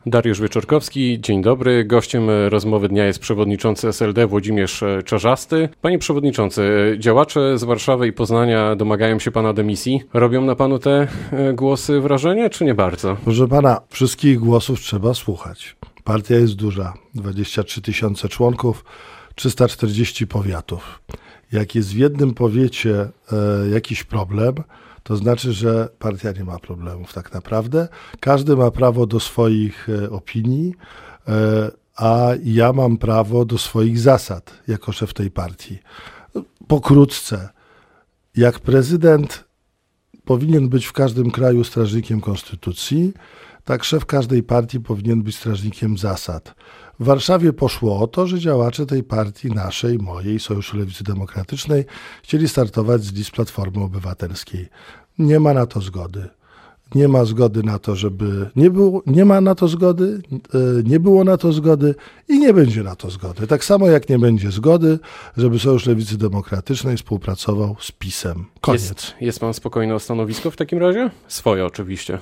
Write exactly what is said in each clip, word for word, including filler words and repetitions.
Dariusz Wieczorkowski, dzień dobry. Gościem rozmowy dnia jest przewodniczący S L D Włodzimierz Czarzasty. Panie przewodniczący, działacze z Warszawy i Poznania domagają się pana dymisji. Robią na panu te głosy wrażenie, czy nie bardzo? Proszę pana, wszystkich głosów trzeba słuchać. Partia jest duża, dwadzieścia trzy tysiące członków, trzysta czterdzieści powiatów. Jak jest w jednym powiecie e, jakiś problem, to znaczy, że partia nie ma problemów tak naprawdę. Każdy ma prawo do swoich e, opinii, e, a ja mam prawo do swoich zasad jako szef tej partii. Pokrótce, jak prezydent powinien być w każdym kraju strażnikiem konstytucji, tak szef każdej partii powinien być strażnikiem zasad. W Warszawie poszło o to, że działacze tej partii, naszej, mojej, Sojuszu Lewicy Demokratycznej, chcieli startować z list Platformy Obywatelskiej. Nie ma na to zgody. Nie ma zgody na to, żeby... Nie, było, nie ma na to zgody, nie było na to zgody i nie będzie na to zgody. Tak samo jak nie będzie zgody, żeby Sojusz Lewicy Demokratycznej współpracował z PiS-em. Koniec. Jest, jest pan spokojny o stanowisko w takim razie? Swoje oczywiście.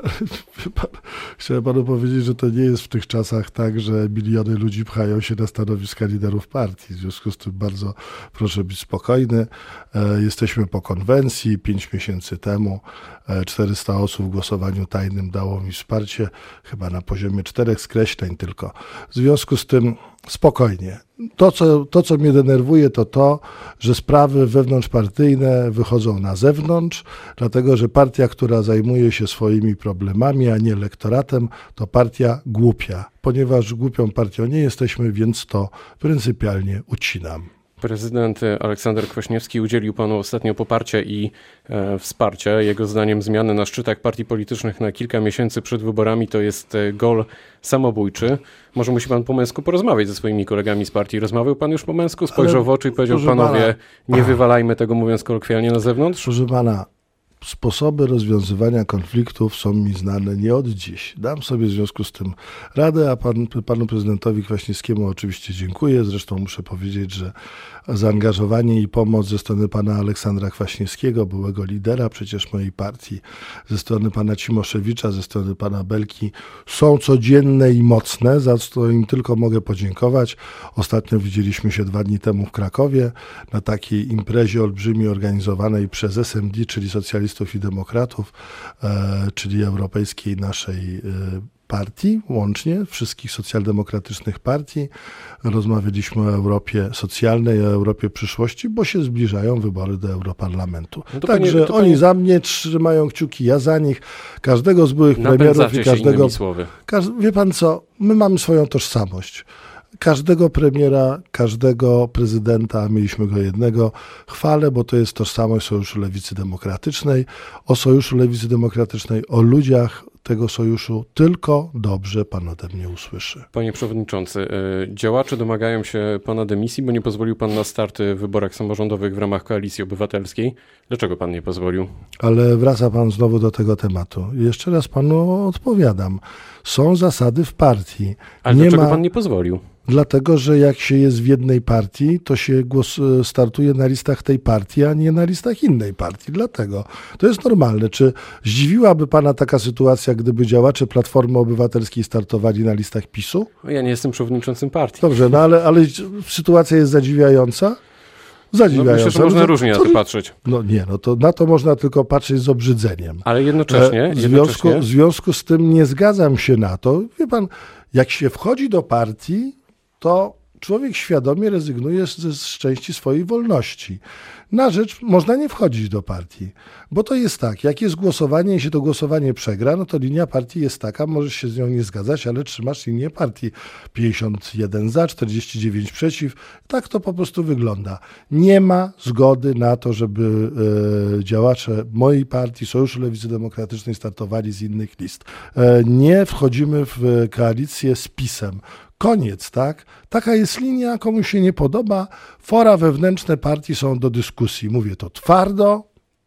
Chciałem panu powiedzieć, że to nie jest w tych czasach tak, że miliony ludzi pchają się na stanowiska liderów partii. W związku z tym bardzo proszę być spokojny. Jesteśmy po konwencji. Pięć miesięcy temu czterysta osób w głosowaniu tajnym dało mi wsparcie, chyba na poziomie czterech skreśleń tylko. W związku z tym spokojnie. To co, to, co mnie denerwuje, to to, że sprawy wewnątrzpartyjne wychodzą na zewnątrz, dlatego że partia, która zajmuje się swoimi problemami, a nie elektoratem, to partia głupia. Ponieważ głupią partią nie jesteśmy, więc to pryncypialnie ucinam. Prezydent Aleksander Kwaśniewski udzielił panu ostatnio poparcia i e, wsparcia. Jego zdaniem zmiany na szczytach partii politycznych na kilka miesięcy przed wyborami to jest gol samobójczy. Może musi pan po męsku porozmawiać ze swoimi kolegami z partii. Rozmawiał pan już po męsku? Spojrzał Ale, w oczy i powiedział, panowie, pana, nie wywalajmy tego, mówiąc kolokwialnie, na zewnątrz? Proszę pana, sposoby rozwiązywania konfliktów są mi znane nie od dziś. Dam sobie w związku z tym radę, a pan, panu prezydentowi Kwaśniewskiemu oczywiście dziękuję. Zresztą muszę powiedzieć, że zaangażowanie i pomoc ze strony pana Aleksandra Kwaśniewskiego, byłego lidera przecież mojej partii, ze strony pana Cimoszewicza, ze strony pana Belki są codzienne i mocne, za co im tylko mogę podziękować. Ostatnio widzieliśmy się dwa dni temu w Krakowie na takiej imprezie olbrzymiej organizowanej przez S M D, czyli Socjalistów i Demokratów, e, czyli europejskiej naszej e, partii, łącznie wszystkich socjaldemokratycznych partii. Rozmawialiśmy o Europie socjalnej, o Europie przyszłości, bo się zbliżają wybory do Europarlamentu. No Także panie, oni panie... za mnie trzymają kciuki, ja za nich. Każdego z byłych premierów i każdego... Każ... Wie pan co, my mamy swoją tożsamość. Każdego premiera, każdego prezydenta, a mieliśmy go jednego, chwalę, bo to jest tożsamość Sojuszu Lewicy Demokratycznej. O Sojuszu Lewicy Demokratycznej, o ludziach tego sojuszu tylko dobrze pan ode mnie usłyszy. Panie przewodniczący, działacze domagają się pana dymisji, bo nie pozwolił pan na starty w wyborach samorządowych w ramach Koalicji Obywatelskiej. Dlaczego pan nie pozwolił? Ale wraca pan znowu do tego tematu. Jeszcze raz panu odpowiadam. Są zasady w partii. Ale nie dlaczego ma... pan nie pozwolił? Dlatego, że jak się jest w jednej partii, to się głos startuje na listach tej partii, a nie na listach innej partii. Dlatego to jest normalne. Czy zdziwiłaby pana taka sytuacja, gdyby działacze Platformy Obywatelskiej startowali na listach PiSu? Ja nie jestem przewodniczącym partii. Dobrze, no ale, ale sytuacja jest zadziwiająca? Zadziwiająca. No myślę, że można no to, różnie to, na to patrzeć. No nie, no to na to można tylko patrzeć z obrzydzeniem. Ale jednocześnie... W związku, jednocześnie... w związku z tym nie zgadzam się na to. Wie pan, jak się wchodzi do partii, to człowiek świadomie rezygnuje z, z części swojej wolności. Na rzecz można nie wchodzić do partii, bo to jest tak, jak jest głosowanie i się to głosowanie przegra, no to linia partii jest taka, możesz się z nią nie zgadzać, ale trzymasz linię partii. pięćdziesiąt jeden za, czterdzieści dziewięć przeciw. Tak to po prostu wygląda. Nie ma zgody na to, żeby e, działacze mojej partii, Sojuszu Lewicy Demokratycznej startowali z innych list. E, nie wchodzimy w koalicję z PiS-em. Koniec, tak? Taka jest linia, komuś się nie podoba. Fora wewnętrzne partii są do dyskusji. Mówię to twardo.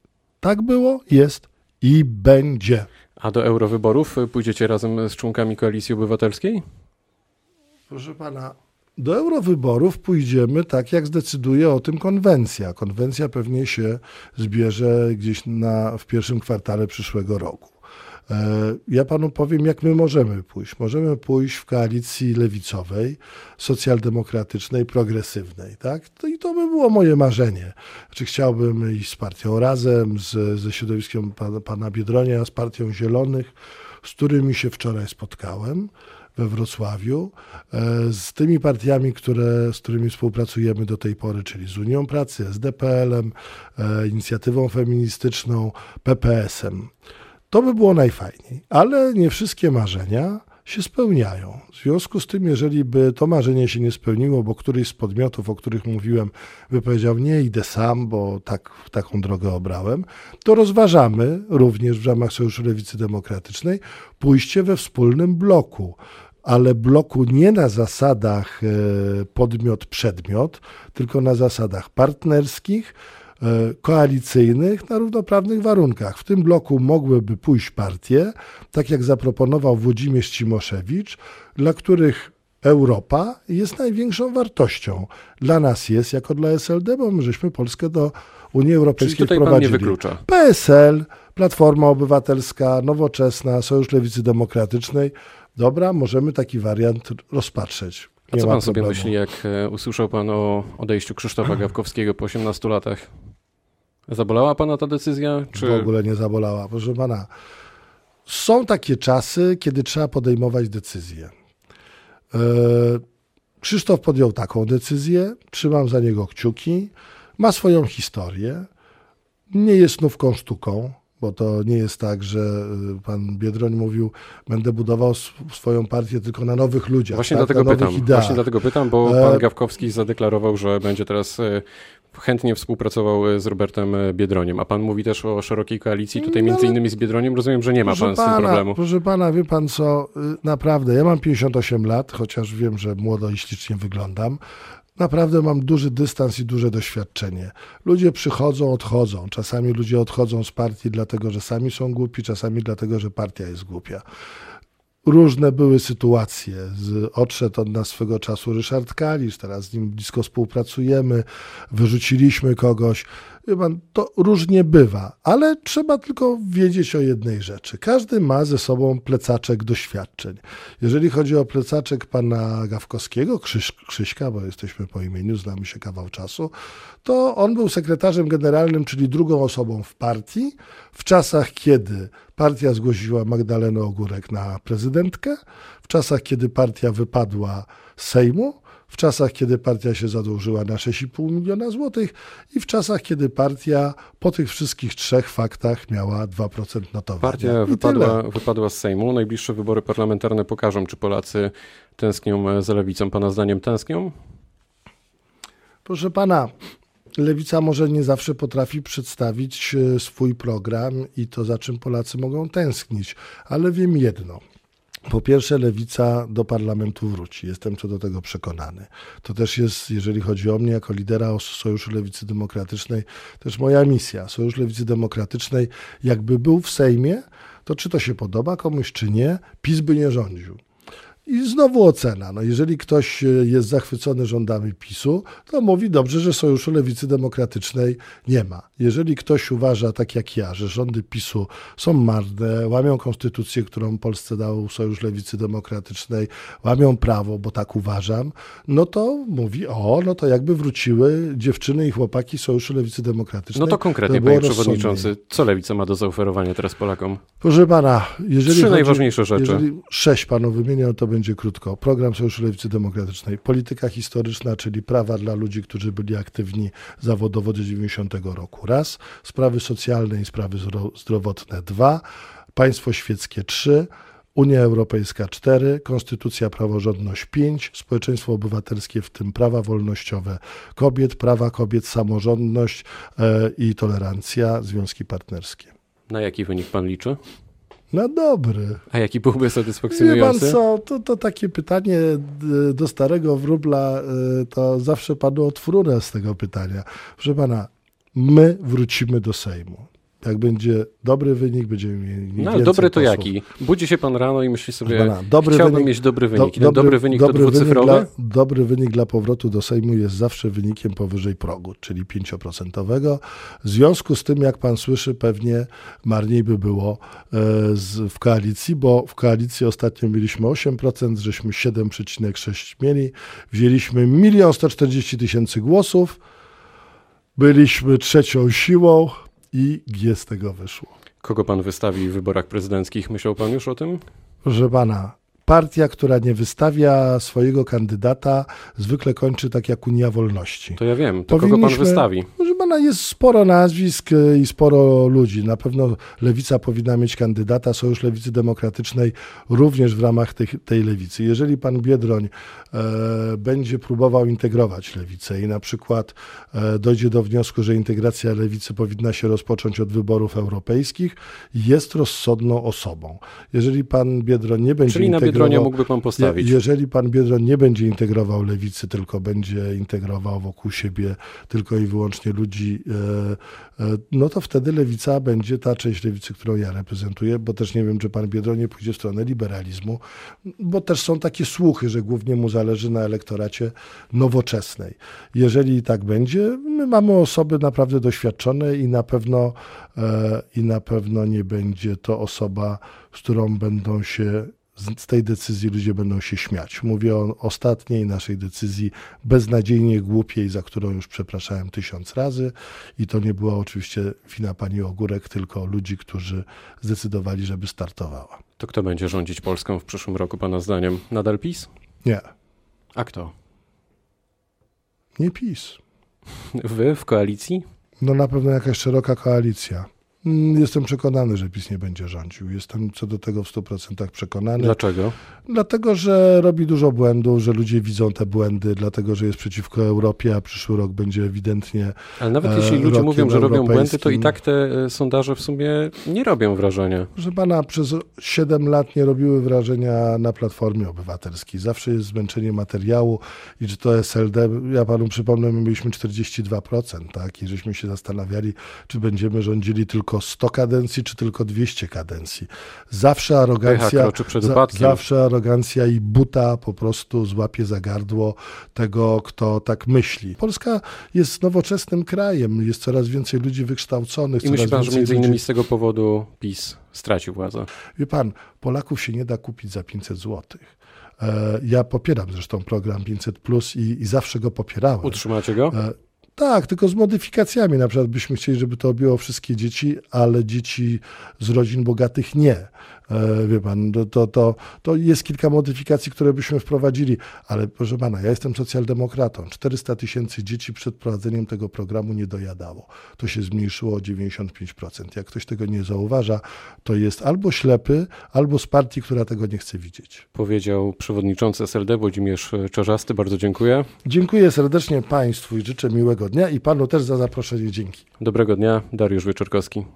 Tak było, jest i będzie. A do eurowyborów pójdziecie razem z członkami Koalicji Obywatelskiej? Proszę pana, do eurowyborów pójdziemy tak, jak zdecyduje o tym konwencja. Konwencja pewnie się zbierze gdzieś na, w pierwszym kwartale przyszłego roku. Ja panu powiem, jak my możemy pójść. Możemy pójść w koalicji lewicowej, socjaldemokratycznej, progresywnej. Tak? To I to by było moje marzenie. Czy chciałbym iść z partią Razem, z, ze środowiskiem pana, pana Biedronia, z partią Zielonych, z którymi się wczoraj spotkałem we Wrocławiu, z tymi partiami, które, z którymi współpracujemy do tej pory, czyli z Unią Pracy, S D P L-em, Inicjatywą Feministyczną, P P S-em. To by było najfajniej, ale nie wszystkie marzenia się spełniają. W związku z tym, jeżeli by to marzenie się nie spełniło, bo któryś z podmiotów, o których mówiłem, by powiedział, nie, idę sam, bo tak, taką drogę obrałem, to rozważamy również w ramach Sojuszu Lewicy Demokratycznej pójście we wspólnym bloku, ale bloku nie na zasadach podmiot-przedmiot, tylko na zasadach partnerskich, koalicyjnych na równoprawnych warunkach. W tym bloku mogłyby pójść partie, tak jak zaproponował Włodzimierz Cimoszewicz, dla których Europa jest największą wartością. Dla nas jest, jako dla S L D, bo my żeśmy Polskę do Unii Europejskiej Czyli tutaj wprowadzili. pan nie wyklucza. P S L, Platforma Obywatelska, Nowoczesna, Sojusz Lewicy Demokratycznej. Dobra, możemy taki wariant rozpatrzeć. A co pan sobie myśli, jak usłyszał pan o odejściu Krzysztofa Gawkowskiego po osiemnastu latach? Zabolała pana ta decyzja? Czy... W ogóle nie zabolała. Proszę pana, są takie czasy, kiedy trzeba podejmować decyzje. Krzysztof podjął taką decyzję, trzymam za niego kciuki, ma swoją historię, nie jest nówką sztuką, bo to nie jest tak, że pan Biedroń mówił, będę budował swoją partię tylko na nowych ludziach. Właśnie, tak? dlatego na nowych pytam. ideach. Właśnie dlatego pytam, bo pan Gawkowski zadeklarował, że będzie teraz chętnie współpracował z Robertem Biedroniem, a pan mówi też o szerokiej koalicji, tutaj między innymi z Biedroniem. Rozumiem, że nie ma pan z tym problemu. Proszę pana, wie pan co, naprawdę, ja mam pięćdziesiąt osiem lat, chociaż wiem, że młodo i ślicznie wyglądam. Naprawdę mam duży dystans i duże doświadczenie. Ludzie przychodzą, odchodzą. Czasami ludzie odchodzą z partii dlatego, że sami są głupi, czasami dlatego, że partia jest głupia. Różne były sytuacje. Odszedł od nas swego czasu Ryszard Kalisz, teraz z nim blisko współpracujemy, wyrzuciliśmy kogoś. Wie pan, to różnie bywa, ale trzeba tylko wiedzieć o jednej rzeczy. Każdy ma ze sobą plecaczek doświadczeń. Jeżeli chodzi o plecaczek pana Gawkowskiego, Krzyś, Krzyśka, bo jesteśmy po imieniu, znamy się kawał czasu, to on był sekretarzem generalnym, czyli drugą osobą w partii, w czasach, kiedy partia zgłosiła Magdalenę Ogórek na prezydentkę, w czasach, kiedy partia wypadła z Sejmu, w czasach, kiedy partia się zadłużyła na sześć i pół miliona złotych i w czasach, kiedy partia po tych wszystkich trzech faktach miała dwa procent notowania. Partia wypadła, wypadła z Sejmu. Najbliższe wybory parlamentarne pokażą, czy Polacy tęsknią za lewicą. Pana zdaniem tęsknią? Proszę pana, lewica może nie zawsze potrafi przedstawić swój program i to, za czym Polacy mogą tęsknić, ale wiem jedno. Po pierwsze, lewica do parlamentu wróci. Jestem co do tego przekonany. To też jest, jeżeli chodzi o mnie, jako lidera Sojuszu Lewicy Demokratycznej, też moja misja. Sojusz Lewicy Demokratycznej, jakby był w Sejmie, to czy to się podoba komuś, czy nie, PiS by nie rządził. I znowu ocena. No jeżeli ktoś jest zachwycony rządami PiSu, to mówi dobrze, że Sojuszu Lewicy Demokratycznej nie ma. Jeżeli ktoś uważa, tak jak ja, że rządy PiSu są marne, łamią konstytucję, którą Polsce dał Sojusz Lewicy Demokratycznej, łamią prawo, bo tak uważam, no to mówi, o, no to jakby wróciły dziewczyny i chłopaki Sojuszu Lewicy Demokratycznej. No to konkretnie, to panie przewodniczący, co Lewica ma do zaoferowania teraz Polakom? Proszę pana, jeżeli Trzy chodzi, najważniejsze rzeczy. Jeżeli sześć panu wymienię, to będzie krótko. Program Sojuszu Lewicy Demokratycznej. Polityka historyczna, czyli prawa dla ludzi, którzy byli aktywni zawodowo do dziewięćdziesiątego roku. Raz. Sprawy socjalne i sprawy zdrowotne. Dwa. Państwo świeckie. Trzy. Unia Europejska. Cztery. Konstytucja, praworządność. Pięć. Społeczeństwo obywatelskie, w tym prawa wolnościowe kobiet, prawa kobiet, samorządność e, i tolerancja, związki partnerskie. Na jaki wynik pan liczy? No dobry. A jaki byłby satysfakcjonujący? Wie pan co, to, to takie pytanie do starego wróbla, to zawsze padło otwórne z tego pytania. Proszę pana, my wrócimy do Sejmu. Jak będzie dobry wynik, będziemy mieli No ale dobry to posłów. Jaki? Budzi się pan rano i myśli sobie, Pana, dobry chciałbym wynik, mieć dobry wynik. Do, dobry, dobry wynik dobry to dwucyfrowy? Wynik dla, dobry wynik dla powrotu do Sejmu jest zawsze wynikiem powyżej progu, czyli pięć procent. W związku z tym, jak pan słyszy, pewnie marniej by było e, z, w koalicji, bo w koalicji ostatnio mieliśmy osiem procent, żeśmy siedem przecinek sześć mieli, wzięliśmy milion sto czterdzieści tysięcy głosów, byliśmy trzecią siłą i G z tego wyszło. Kogo pan wystawi w wyborach prezydenckich? Myślał pan już o tym? Proszę pana, partia, która nie wystawia swojego kandydata, zwykle kończy tak jak Unia Wolności. To ja wiem, to kogo pan wystawi? Proszę pana, jest sporo nazwisk i sporo ludzi. Na pewno Lewica powinna mieć kandydata, Sojusz Lewicy Demokratycznej również w ramach tej, tej Lewicy. Jeżeli pan Biedroń e, będzie próbował integrować Lewicę i na przykład e, dojdzie do wniosku, że integracja Lewicy powinna się rozpocząć od wyborów europejskich, jest rozsądną osobą. Jeżeli pan Biedroń nie będzie Czyli na Biedronia mógłby pan postawić. Je, jeżeli pan Biedroń nie będzie integrował Lewicy, tylko będzie integrował wokół siebie tylko i wyłącznie ludzi, e, e, no to wtedy Lewica będzie ta część Lewicy, którą ja reprezentuję, bo też nie wiem, czy pan Biedroń nie pójdzie w stronę liberalizmu, bo też są takie słuchy, że głównie mu zależy na elektoracie nowoczesnej. Jeżeli tak będzie, my mamy osoby naprawdę doświadczone i na pewno, e, i na pewno nie będzie to osoba, z którą będą się z tej decyzji ludzie będą się śmiać. Mówię o ostatniej naszej decyzji, beznadziejnie głupiej, za którą już przepraszałem tysiąc razy i to nie była oczywiście wina pani Ogórek, tylko ludzi, którzy zdecydowali, żeby startowała. To kto będzie rządzić Polską w przyszłym roku pana zdaniem? Nadal PiS? Nie. A kto? Nie PiS. Wy w koalicji? No na pewno jakaś szeroka koalicja. Jestem przekonany, że PiS nie będzie rządził. Jestem co do tego w stu procentach przekonany. Dlaczego? Dlatego, że robi dużo błędów, że ludzie widzą te błędy, dlatego, że jest przeciwko Europie, a przyszły rok będzie ewidentnie Ale nawet jeśli ludzie mówią, że robią błędy, to i tak te sondaże w sumie nie robią wrażenia. Proszę pana, przez siedem lat nie robiły wrażenia na Platformie Obywatelskiej. Zawsze jest zmęczenie materiału i czy to S L D, ja panu przypomnę, my mieliśmy czterdzieści dwa procent, tak? I żeśmy się zastanawiali, czy będziemy rządzili tylko sto kadencji, czy tylko dwieście kadencji. Zawsze arogancja, za, zawsze arogancja i buta po prostu złapie za gardło tego, kto tak myśli. Polska jest nowoczesnym krajem, jest coraz więcej ludzi wykształconych. I myśli pan, że między innymi ludzi... z tego powodu PiS stracił władzę? Wie pan, Polaków się nie da kupić za pięćset złotych. Ja popieram zresztą program pięćset plus i, i zawsze go popierałem. Utrzymacie go? Tak, tylko z modyfikacjami. Na przykład byśmy chcieli, żeby to objęło wszystkie dzieci, ale dzieci z rodzin bogatych nie. Wie pan, to, to, to jest kilka modyfikacji, które byśmy wprowadzili, ale proszę pana, ja jestem socjaldemokratą. czterysta tysięcy dzieci przed wprowadzeniem tego programu nie dojadało. To się zmniejszyło o dziewięćdziesiąt pięć procent. Jak ktoś tego nie zauważa, to jest albo ślepy, albo z partii, która tego nie chce widzieć. Powiedział przewodniczący S L D Włodzimierz Czarzasty. Bardzo dziękuję. Dziękuję serdecznie państwu i życzę miłego dnia i panu też za zaproszenie. Dzięki. Dobrego dnia. Dariusz Wieczorkowski.